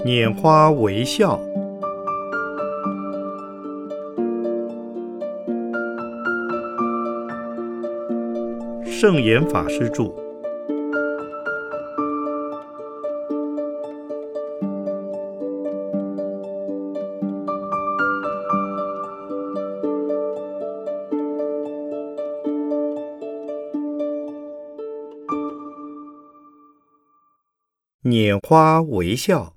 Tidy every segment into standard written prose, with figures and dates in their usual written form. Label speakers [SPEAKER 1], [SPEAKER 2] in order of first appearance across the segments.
[SPEAKER 1] 拈花微笑。圣严法师著。拈花微笑。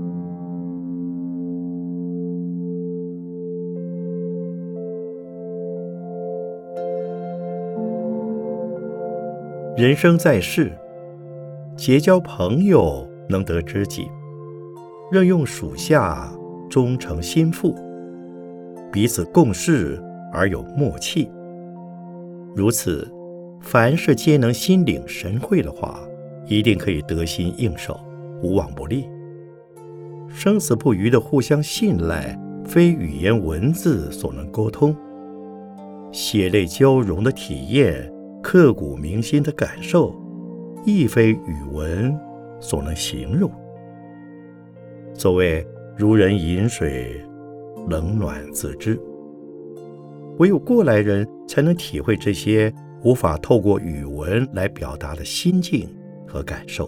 [SPEAKER 1] 人生在世，结交朋友能得知己，任用属下终成心腹，彼此共事而有默契。如此，凡事皆能心领神会的话，一定可以得心应手，无往不利。生死不渝的互相信赖，非语言文字所能沟通。血泪交融的体验，刻骨铭心的感受，亦非语文所能形容。所谓如人饮水，冷暖自知。唯有过来人才能体会这些无法透过语文来表达的心境和感受。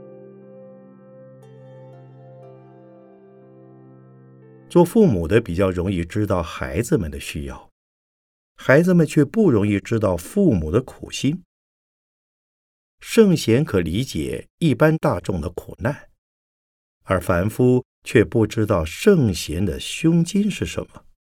[SPEAKER 1] 做父母的比较容易知道孩子们的需要，孩子们却不容易知道父母的苦心。圣贤可理解一般大众的苦难，而凡夫却不知道圣贤的胸襟是什么。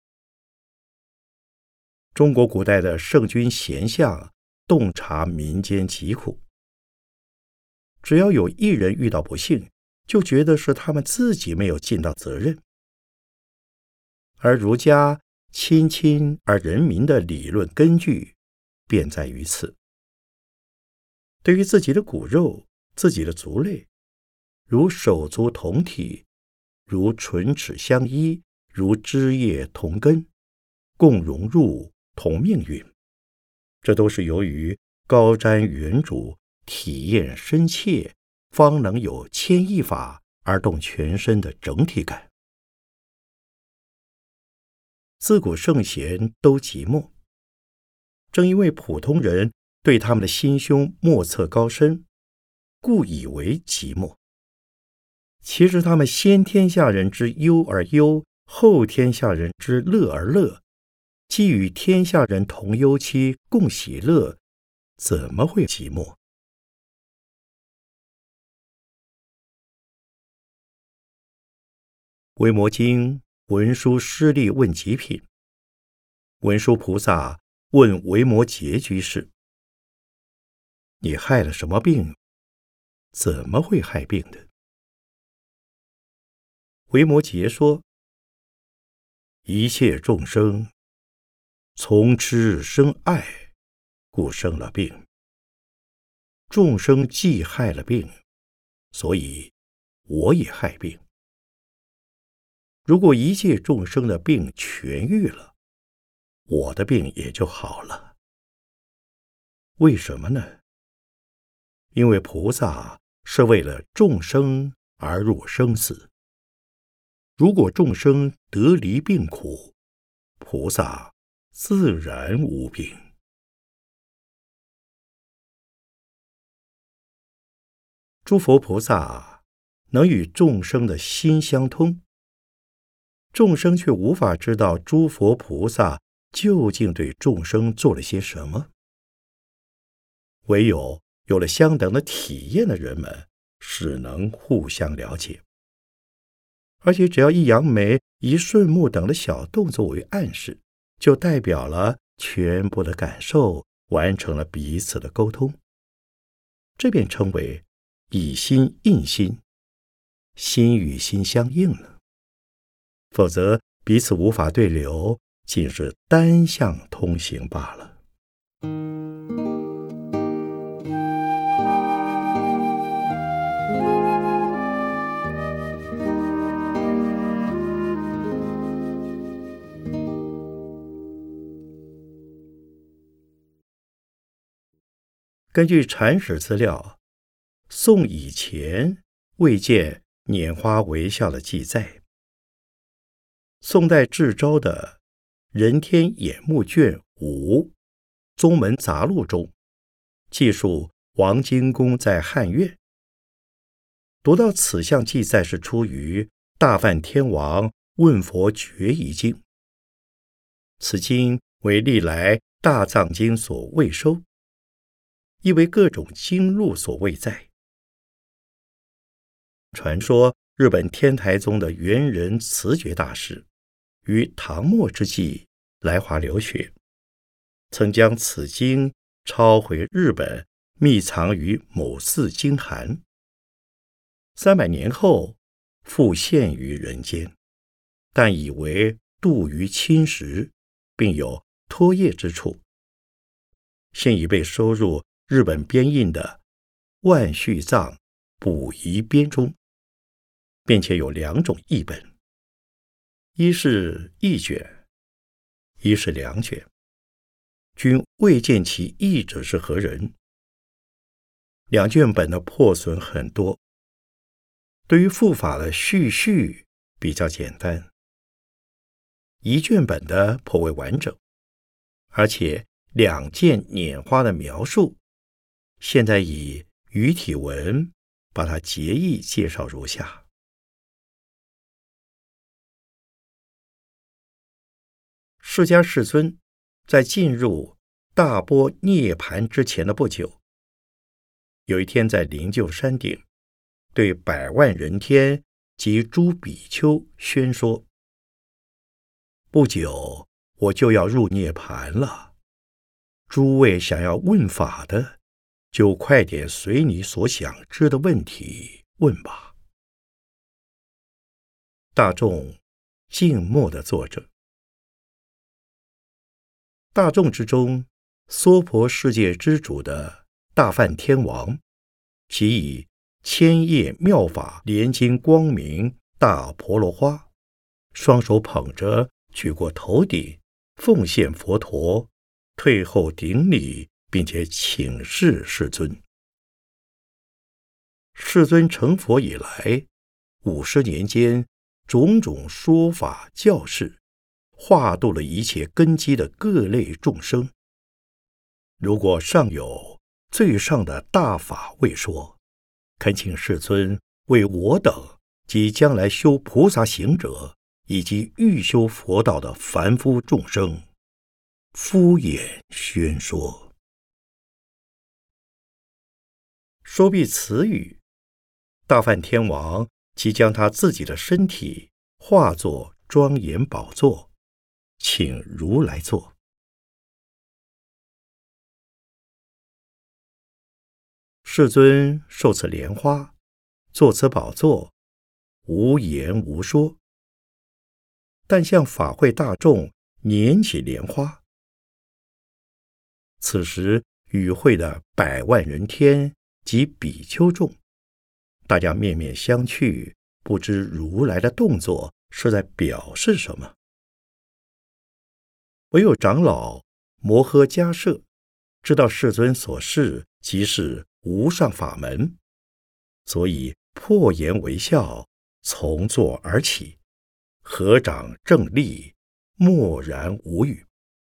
[SPEAKER 1] 中国古代的圣君贤相洞察民间疾苦，只要有一人遇到不幸，就觉得是他们自己没有尽到责任。而儒家亲亲而人民的理论根据便在于此。对于自己的骨肉，自己的族类，如手足同体，如唇齿相依，如枝叶同根，共融入同命运，这都是由于高瞻远瞩，体验深切，方能有牵一发而动全身的整体感。自古圣贤都寂寞，正因为普通人对他们的心胸莫测高深，故以为寂寞。其实他们先天下人之忧而忧，后天下人之乐而乐，既与天下人同忧期，共喜乐，怎么会寂寞？维摩经文殊师利问极品，文殊菩萨问维摩诘居士：你害了什么病？怎么会害病的？维摩诘说：一切众生从痴生爱，故生了病。众生既害了病，所以我也害病。如果一切众生的病痊愈了，我的病也就好了。为什么呢？因为菩萨是为了众生而入生死。如果众生得离病苦，菩萨自然无病。诸佛菩萨能与众生的心相通，众生却无法知道诸佛菩萨究竟对众生做了些什么。唯有有了相等的体验的人们，使能互相了解。而且只要一扬眉、一顺目等的小动作为暗示，就代表了全部的感受，完成了彼此的沟通。这便称为以心印心，心与心相应了。否则彼此无法对流，仅是单向通行罢了。根据禅史资料，宋以前未见拈花微笑的记载。宋代志昭的《人天眼目卷5宗门杂录》中记述王荆公在汉苑，读到此项记载是出于大梵天王问佛决疑经，此经为历来大藏经所未收，亦为各种经录所未载。传说日本天台宗的元人慈觉大师于唐末之际来华留学，曾将此经抄回日本，密藏于某寺经函，300年后复现于人间，但以为度于侵蚀，并有脱页之处，现已被收入日本编印的万续藏补遗编中，并且有2种译本，一是一卷，一是2卷，均未见其译者是何人。2卷本的破损很多，对于复法的序比较简单，1卷本的颇为完整，而且2件拈花的描述，现在以语体文把它结义介绍如下。释迦世尊在进入大般涅盘之前的不久，有一天在灵鹫山顶对100万人天及诸比丘宣说：不久我就要入涅盘了，诸位想要问法的，就快点随你所想知的问题问吧。大众静默地坐着。大众之中，娑婆世界之主的大梵天王，即以千叶妙法莲金光明大婆罗花，双手捧着举过头顶，奉献佛陀，退后顶礼，并且请示世尊。世尊成佛以来50年间，种种说法教示，化度了一切根基的各类众生。如果尚有最上的大法未说，恳请世尊为我等及将来修菩萨行者以及欲修佛道的凡夫众生敷衍宣说。说毕此语，大梵天王即将他自己的身体化作庄严宝座，请如来坐。世尊受此莲花，坐此宝座，无言无说，但向法会大众拈起莲花。此时与会的100万人天及比丘众，大家面面相觑，不知如来的动作是在表示什么。唯有长老摩诃迦摄知道世尊所示即是无上法门，所以破颜为笑，从座而起，合掌正立，默然无语。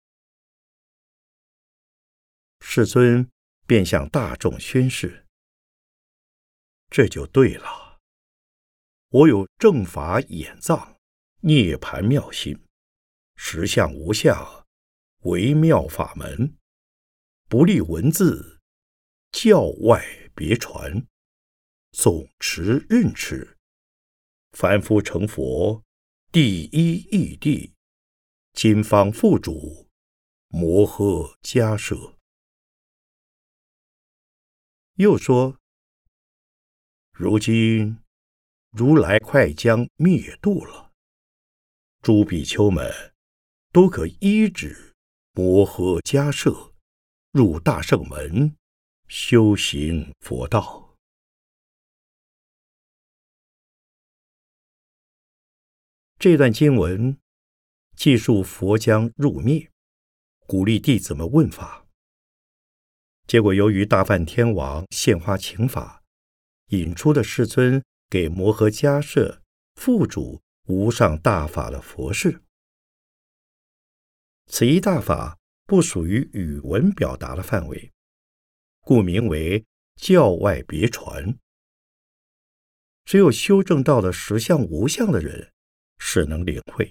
[SPEAKER 1] 世尊便向大众宣示：这就对了，我有正法眼藏，涅盘妙心，实相无相，微妙法门，不立文字，教外别传，总持任持，凡夫成佛，第一义谛，今方复主，摩诃迦摄。又说：如今如来快将灭度了，诸比丘们都可依止摩诃迦摄入大圣门，修行佛道。这段经文记述佛将入灭，鼓励弟子们问法。结果由于大梵天王献花请法，引出的世尊给摩诃迦叶付嘱无上大法的佛事。此一大法不属于语文表达的范围，故名为教外别传。只有修证到了实相无相的人，是能领会。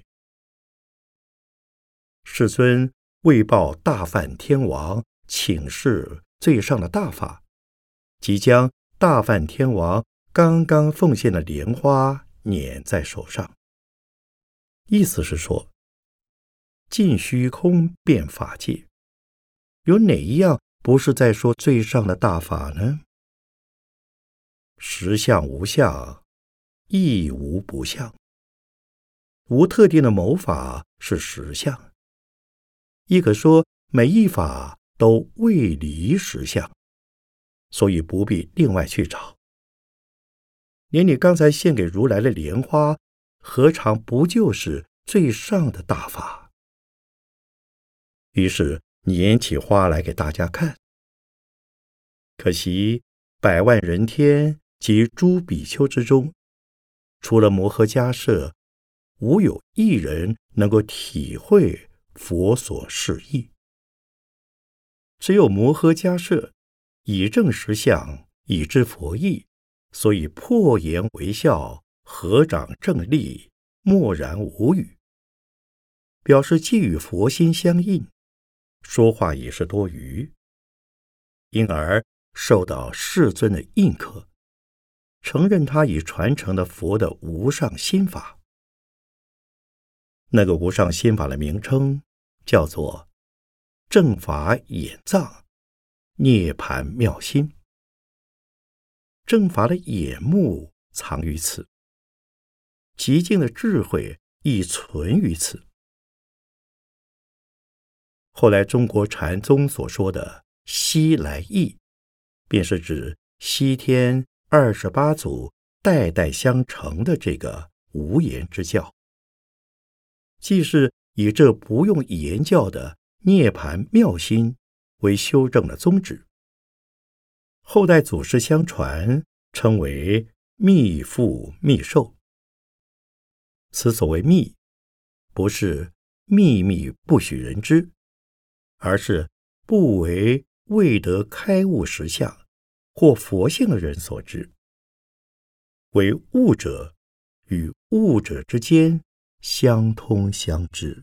[SPEAKER 1] 世尊为报大梵天王请示最上的大法，即将大梵天王刚刚奉献的莲花捻在手上。意思是说，尽虚空遍法界，有哪一样不是在说最上的大法呢？实相无相，亦无不相。无特定的某法是实相，亦可说每一法都未离实相，所以不必另外去找。连你刚才献给如来的莲花，何尝不就是最上的大法？于是拈起花来给大家看。可惜百万人天及诸比丘之中，除了摩诃迦叶，无有一人能够体会佛所示意。只有摩诃迦叶以证实相，以知佛意，所以破颜为笑，合掌正立，默然无语，表示既与佛心相应，说话也是多余，因而受到世尊的认可，承认他已传承了佛的无上心法。那个无上心法的名称叫做正法眼藏涅盘妙心。正法的眼目藏于此，极静的智慧亦存于此。后来中国禅宗所说的西来意，便是指西天28祖代代相承的这个无言之教，既是以这不用言教的涅盘妙心为修正的宗旨。后代祖师相传，称为密复密授。此所谓密，不是秘密不许人知，而是不为未得开悟实相或佛性的人所知，为悟者与悟者之间相通相知。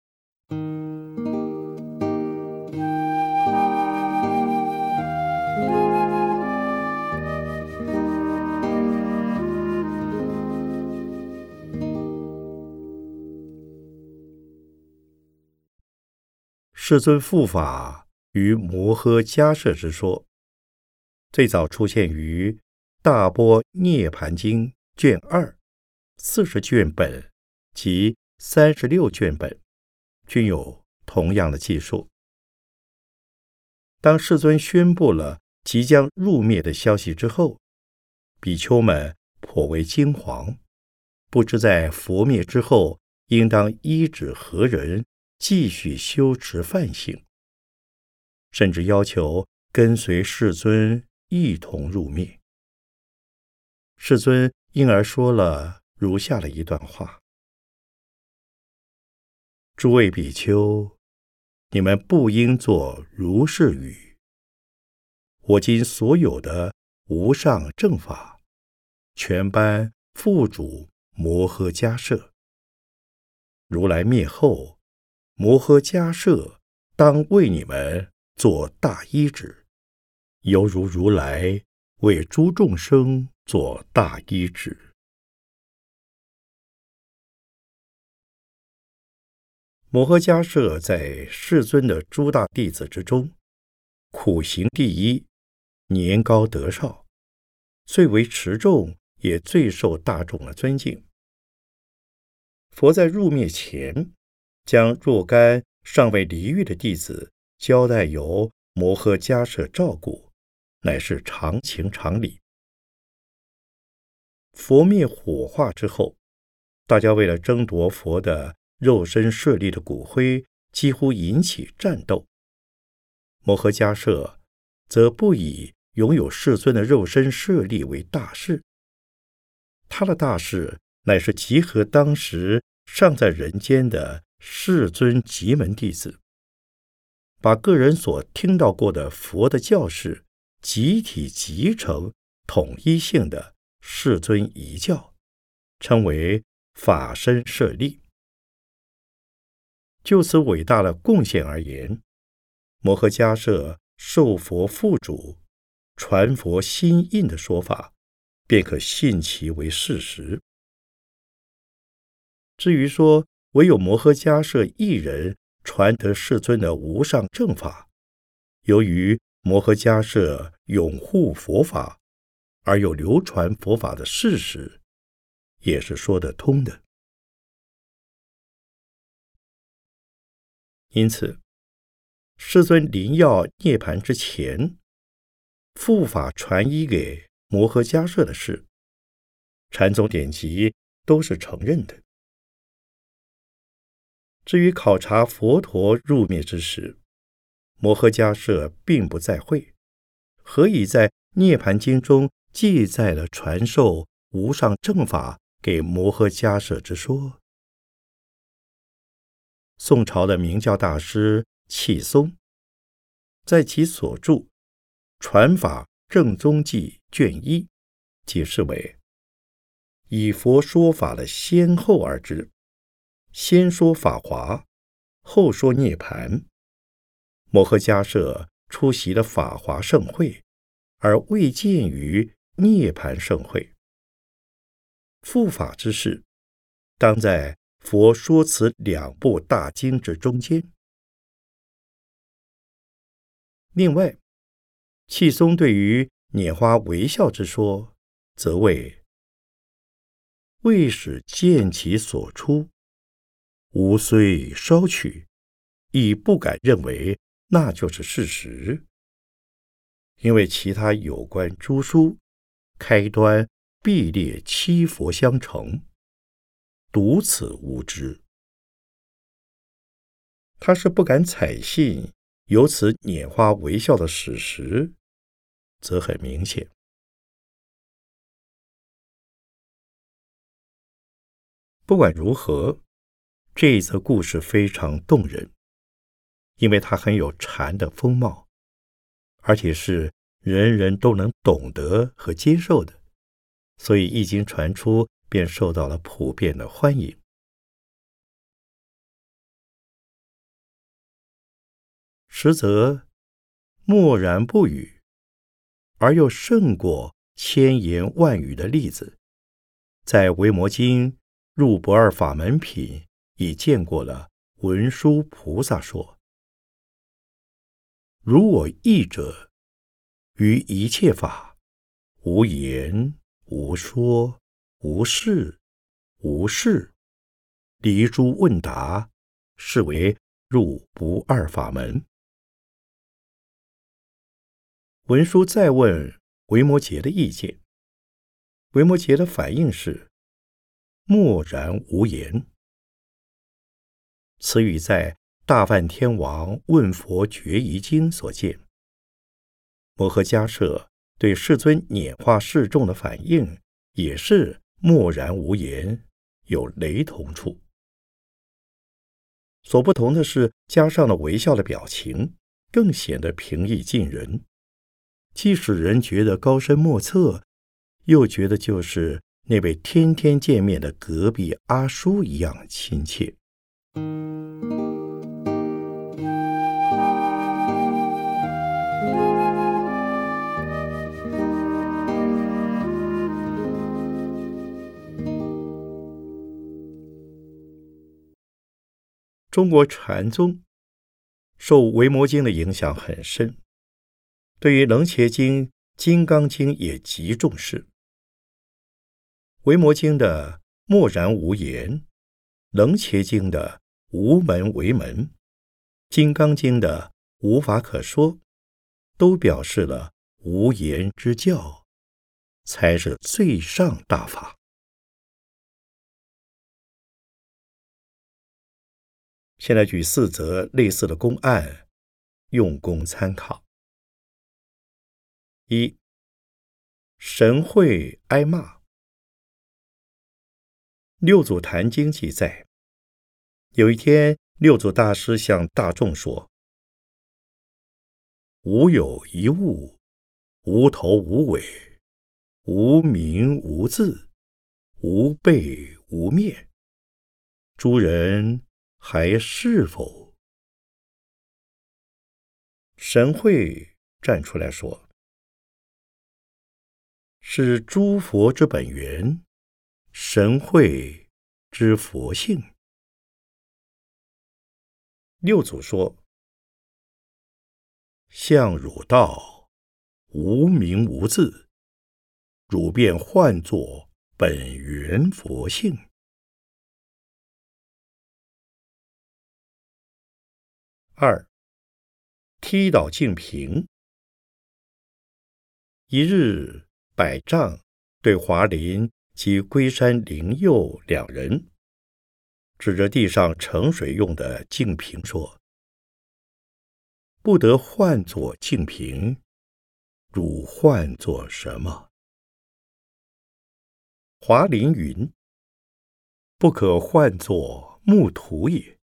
[SPEAKER 1] 世尊复法于摩诃迦叶之说，最早出现于《大般涅盘经》卷2、40卷本及36卷本，均有同样的记述。当世尊宣布了即将入灭的消息之后，比丘们颇为惊惶，不知在佛灭之后应当依止何人继续修持梵行，甚至要求跟随世尊一同入灭。世尊因而说了如下的一段话：诸位比丘，你们不应作如是语。我今所有的无上正法，全颁付嘱摩诃迦叶。如来灭后，摩诃迦叶当为你们做大依止，犹如如来为诸众生做大依止。摩诃迦叶在世尊的诸大弟子之中，苦行第一，年高德少，最为持重，也最受大众的尊敬。佛在入灭前，将若干尚未离欲的弟子交代由摩诃迦叶照顾，乃是常情常理。佛灭火化之后，大家为了争夺佛的肉身舍利的骨灰，几乎引起战斗。摩诃迦叶则不以拥有世尊的肉身舍利为大事， 他的大事乃是集合当时尚在人间的世尊极门弟子，把个人所听到过的佛的教示集体集成统一性的世尊遗教，称为法身舍利。就此伟大的贡献而言，摩诃迦叶受佛付嘱、传佛心印的说法，便可信其为事实。至于说唯有摩诃迦叶一人传得世尊的无上正法，由于摩诃迦叶拥护佛法而有流传佛法的事实，也是说得通的。因此，世尊临要涅槃之前，付法传依给摩诃迦叶的事，禅宗典籍都是承认的。至于考察佛陀入灭之时，摩诃迦叶并不在会，何以在《涅槃经》中记载了传授无上正法给摩诃迦叶之说？宋朝的明教大师契松在其所著《传法正宗记》卷1解释为：以佛说法的先后而知，先说法华，后说涅槃。摩诃迦叶出席了法华盛会，而未见于涅槃盛会。付法之事，当在佛说此2部大经之中间。另外，契松对于拈花微笑之说，则谓：未始见其所出，吾虽稍取，亦不敢认为那就是事实，因为其他有关诸书开端必列七佛相承，独此无知。他是不敢采信由此拈花微笑的史实，则很明显。不管如何，这一则故事非常动人，因为它很有禅的风貌，而且是人人都能懂得和接受的，所以一经传出，便受到了普遍的欢迎。实则默然不语，而又胜过千言万语的例子，在《维摩经》入不二法门品已见过了。文殊菩萨说：如我意者，于一切法，无言无说无事无事，离诸问答，是为入不二法门。文殊再问维摩诘的意见，维摩诘的反应是默然无言。此语在《大梵天王问佛决疑经》所见。摩诃迦叶对世尊拈花示众的反应也是默然无言，有雷同处。所不同的是，加上了微笑的表情，更显得平易近人，既使人觉得高深莫测，又觉得就是那位天天见面的隔壁阿叔一样亲切。中国禅宗受维摩经的影响很深，对于楞伽经、金刚经也极重视。维摩经的默然无言，楞伽经的无门为门，金刚经的无法可说，都表示了无言之教才是最上大法。现在举4则类似的公案，用供参考。1. 神会挨骂。 六祖坛经记载，有一天，六祖大师向大众说：无有一物，无头无尾，无名无字，无背无面，诸人还是否？神会站出来说：是诸佛之本源，神会之佛性。六祖说：向汝道，无名无字，汝便唤作本源佛性。二，踢倒净瓶。一日，百丈对华林及龟山灵佑两人指着地上盛水用的净瓶说：不得唤作净瓶，汝唤作什么？华林云：不可唤作木土也。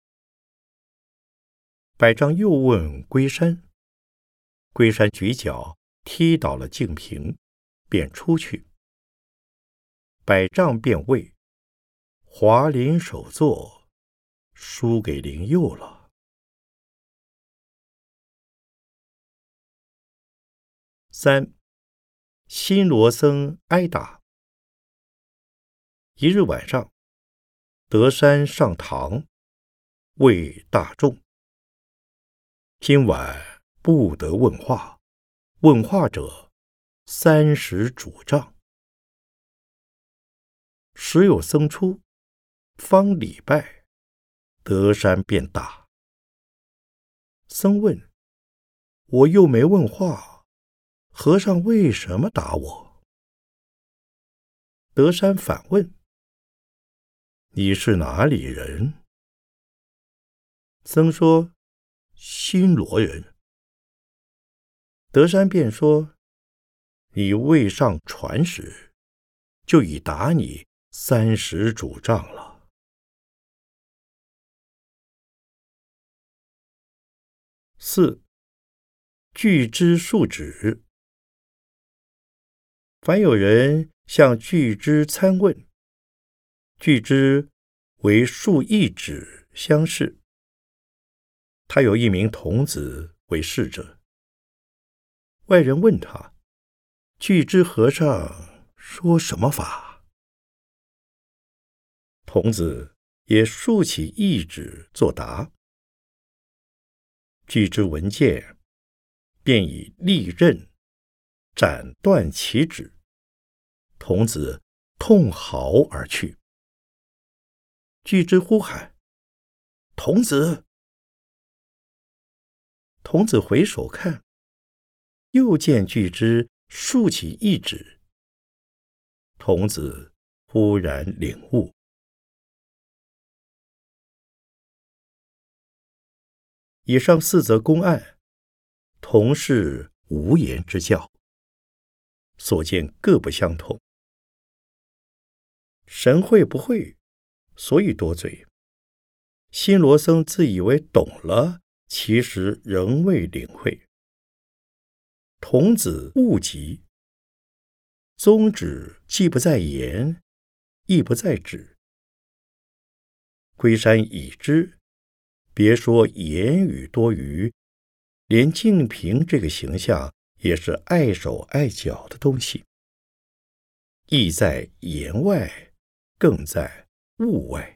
[SPEAKER 1] 百丈又问龟山，龟山举脚踢倒了净瓶，便出去。百丈便谓：华林首座输给灵佑了。三，新罗僧挨打。一日晚上，德山上堂谓大众：今晚不得问话，问话者30主杖。时有僧出，方礼拜，德山便打。僧问：我又没问话，和尚为什么打我？德山反问：你是哪里人？僧说：新罗人。德山便说：你未上船时，就已打你30主杖了。四，具知数指。凡有人向具知参问，具知为数一指相视。他有一名童子为侍者。外人问他：具知和尚说什么法？童子也竖起一指作答。具知闻见，便以利刃斩断其指。童子痛嚎而去。具知呼喊：童子！童子回首看，又见具知竖起一指。童子忽然领悟。以上4则公案，同是无言之教，所见各不相同。神会不会，所以多嘴。新罗僧自以为懂了，其实仍未领会。童子悟极，宗旨既不在言，亦不在指。龟山已知，别说言语多余，连净瓶这个形象也是碍手碍脚的东西，意在言外，更在物外。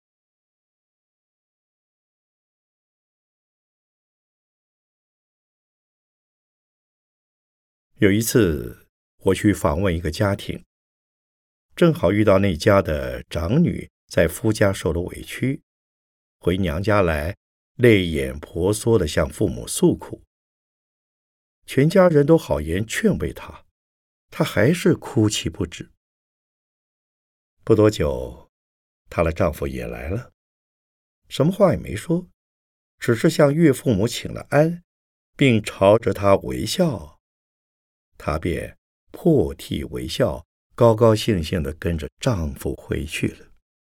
[SPEAKER 1] 有一次，我去访问一个家庭，正好遇到那家的长女在夫家受了委屈，回娘家来，泪眼婆娑地向父母诉苦。全家人都好言劝慰她，她还是哭泣不止。不多久，她的丈夫也来了，什么话也没说，只是向岳父母请了安，并朝着她微笑。她便破涕为笑，高高兴兴地跟着丈夫回去了。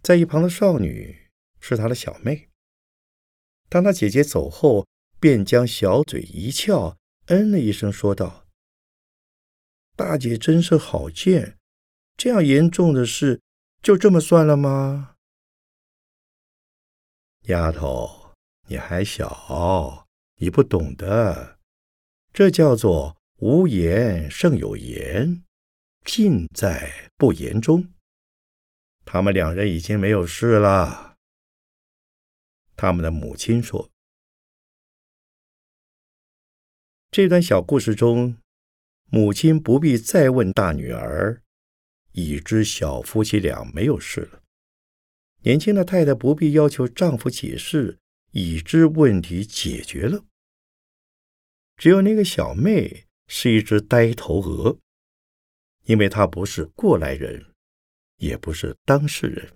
[SPEAKER 1] 在一旁的少女是他的小妹。当他姐姐走后，便将小嘴一翘，嗯了一声，说道：“大姐真是好贱，这样严重的事就这么算了吗？”丫头，你还小，你不懂的，这叫做无言胜有言，尽在不言中。他们两人已经没有事了。他们的母亲说。这段小故事中，母亲不必再问大女儿，已知小夫妻俩没有事了。年轻的太太不必要求丈夫解释，已知问题解决了。只有那个小妹是一只呆头鹅，因为她不是过来人，也不是当事人。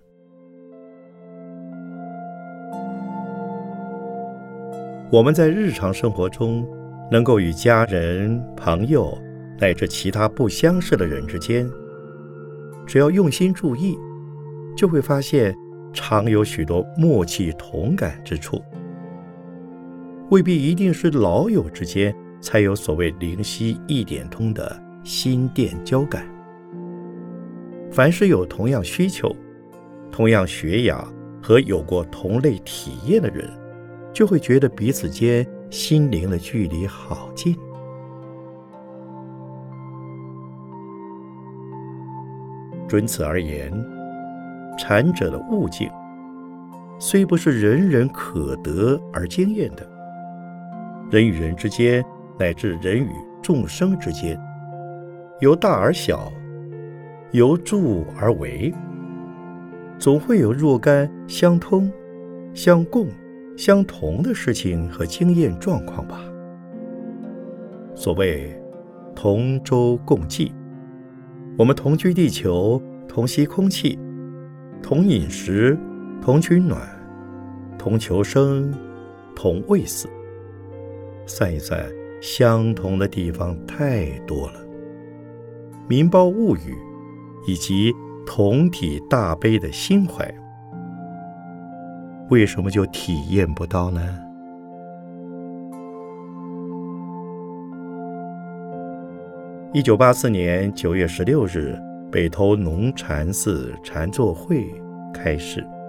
[SPEAKER 1] 我们在日常生活中能够与家人、朋友乃至其他不相识的人之间，只要用心注意，就会发现常有许多默契同感之处。未必一定是老友之间才有所谓灵犀一点通的心电交感。凡是有同样需求、同样学养和有过同类体验的人，就会觉得彼此间心灵的距离好近。准此而言，禅者的悟境虽不是人人可得而经验的，人与人之间乃至人与众生之间，由大而小，由助而为，总会有若干相通、相共、相同的事情和经验状况吧。所谓同舟共济，我们同居地球，同吸空气，同饮食，同取暖，同求生，同畏死。算一算，相同的地方太多了。民胞物语以及同体大悲的心怀，为什么就体验不到呢？1984年9月16日，北投农禅寺禅坐会开示。